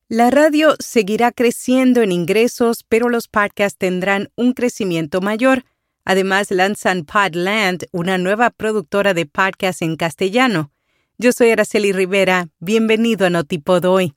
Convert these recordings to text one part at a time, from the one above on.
La radio seguirá creciendo en ingresos, pero los podcasts tendrán un crecimiento mayor. Además, lanzan Podland, una nueva productora de podcasts en castellano. Yo soy Araceli Rivera. Bienvenido a Notipod Hoy.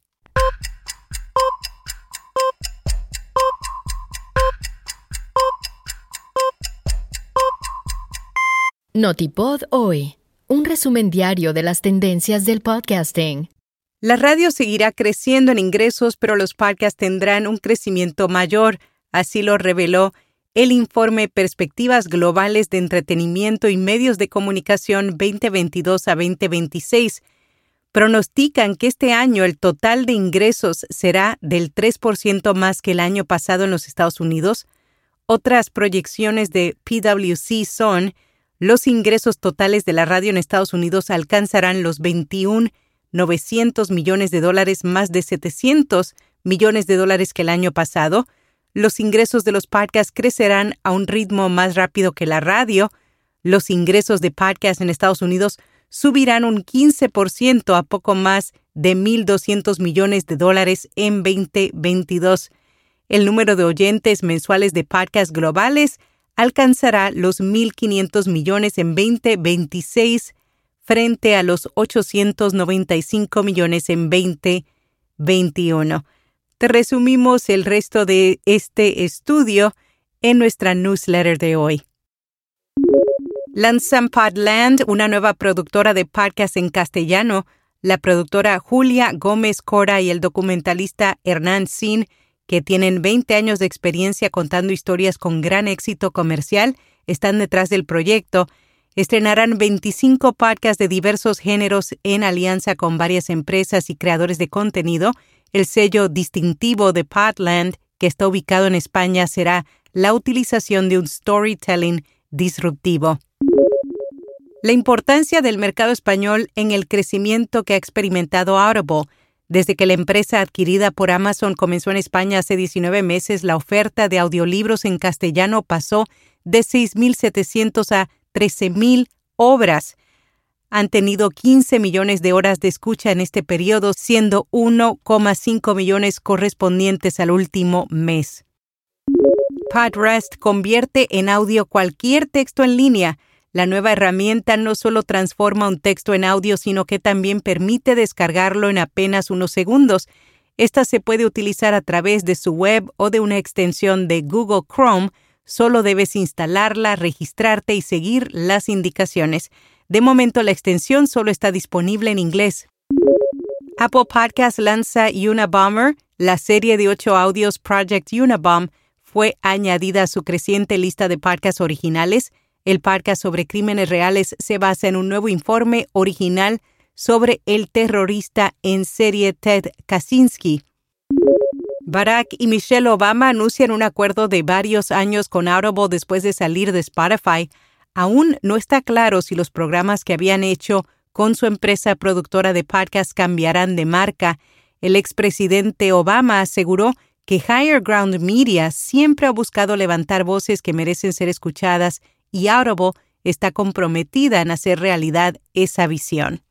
Notipod Hoy, un resumen diario de las tendencias del podcasting. La radio seguirá creciendo en ingresos, pero los podcasts tendrán un crecimiento mayor. Así lo reveló el informe Perspectivas Globales de Entretenimiento y Medios de Comunicación 2022 a 2026. Pronostican que este año el total de ingresos será del 3% más que el año pasado en los Estados Unidos. Otras proyecciones de PwC son: los ingresos totales de la radio en Estados Unidos alcanzarán los $21.900 millones, más de $700 millones que el año pasado. Los ingresos de los podcasts crecerán a un ritmo más rápido que la radio. Los ingresos de podcasts en Estados Unidos subirán un 15% a poco más de $1.200 millones en 2022. El número de oyentes mensuales de podcasts globales alcanzará los 1.500 millones en 2026, frente a los 895 millones en 2021. Te resumimos el resto de este estudio en nuestra newsletter de hoy. Lanzan Podland, una nueva productora de podcast en castellano. La productora Julia Gómez Cora y el documentalista Hernán Sin, que tienen 20 años de experiencia contando historias con gran éxito comercial, están detrás del proyecto. Estrenarán 25 podcasts de diversos géneros en alianza con varias empresas y creadores de contenido. El sello distintivo de Podland, que está ubicado en España, será la utilización de un storytelling disruptivo. La importancia del mercado español en el crecimiento que ha experimentado Audible. Desde que la empresa adquirida por Amazon comenzó en España hace 19 meses, la oferta de audiolibros en castellano pasó de 6.700 a 13.000 obras. Han tenido 15 millones de horas de escucha en este periodo, siendo 1,5 millones correspondientes al último mes. Podrest convierte en audio cualquier texto en línea. La nueva herramienta no solo transforma un texto en audio, sino que también permite descargarlo en apenas unos segundos. Esta se puede utilizar a través de su web o de una extensión de Google Chrome. Solo debes instalarla, registrarte y seguir las indicaciones. De momento, la extensión solo está disponible en inglés. Apple Podcasts lanza Unabomber. La serie de 8 audios Project Unabomb fue añadida a su creciente lista de podcasts originales. El podcast sobre crímenes reales se basa en un nuevo informe original sobre el terrorista en serie Ted Kaczynski. Barack y Michelle Obama anuncian un acuerdo de varios años con Audible después de salir de Spotify. Aún no está claro si los programas que habían hecho con su empresa productora de podcast cambiarán de marca. El expresidente Obama aseguró que Higher Ground Media siempre ha buscado levantar voces que merecen ser escuchadas y Audible está comprometida en hacer realidad esa visión.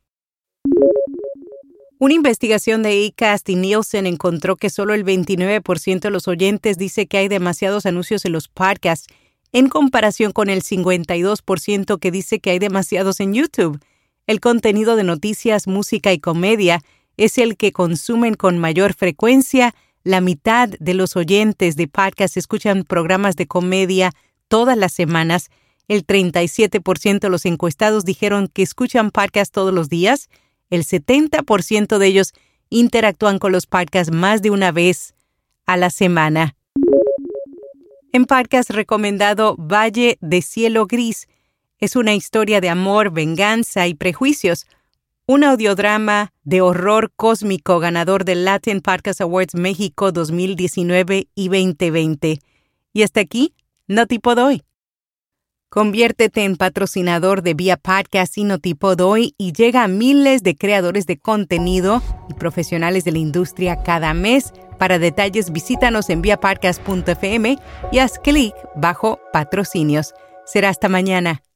Una investigación de Acast y Nielsen encontró que solo el 29% de los oyentes dice que hay demasiados anuncios en los podcasts, en comparación con el 52% que dice que hay demasiados en YouTube. El contenido de noticias, música y comedia es el que consumen con mayor frecuencia. La mitad de los oyentes de podcasts escuchan programas de comedia todas las semanas. El 37% de los encuestados dijeron que escuchan podcasts todos los días. El 70% de ellos interactúan con los podcasts más de una vez a la semana. En podcast recomendado Valle de Cielo Gris, es una historia de amor, venganza y prejuicios. Un audiodrama de horror cósmico ganador del Latin Podcast Awards México 2019 y 2020. Y hasta aquí, Notipod Hoy. Conviértete en patrocinador de Vía Podcast y Notipod Hoy y llega a miles de creadores de contenido y profesionales de la industria cada mes. Para detalles, visítanos en viapodcast.fm y haz clic bajo patrocinios. Será hasta mañana.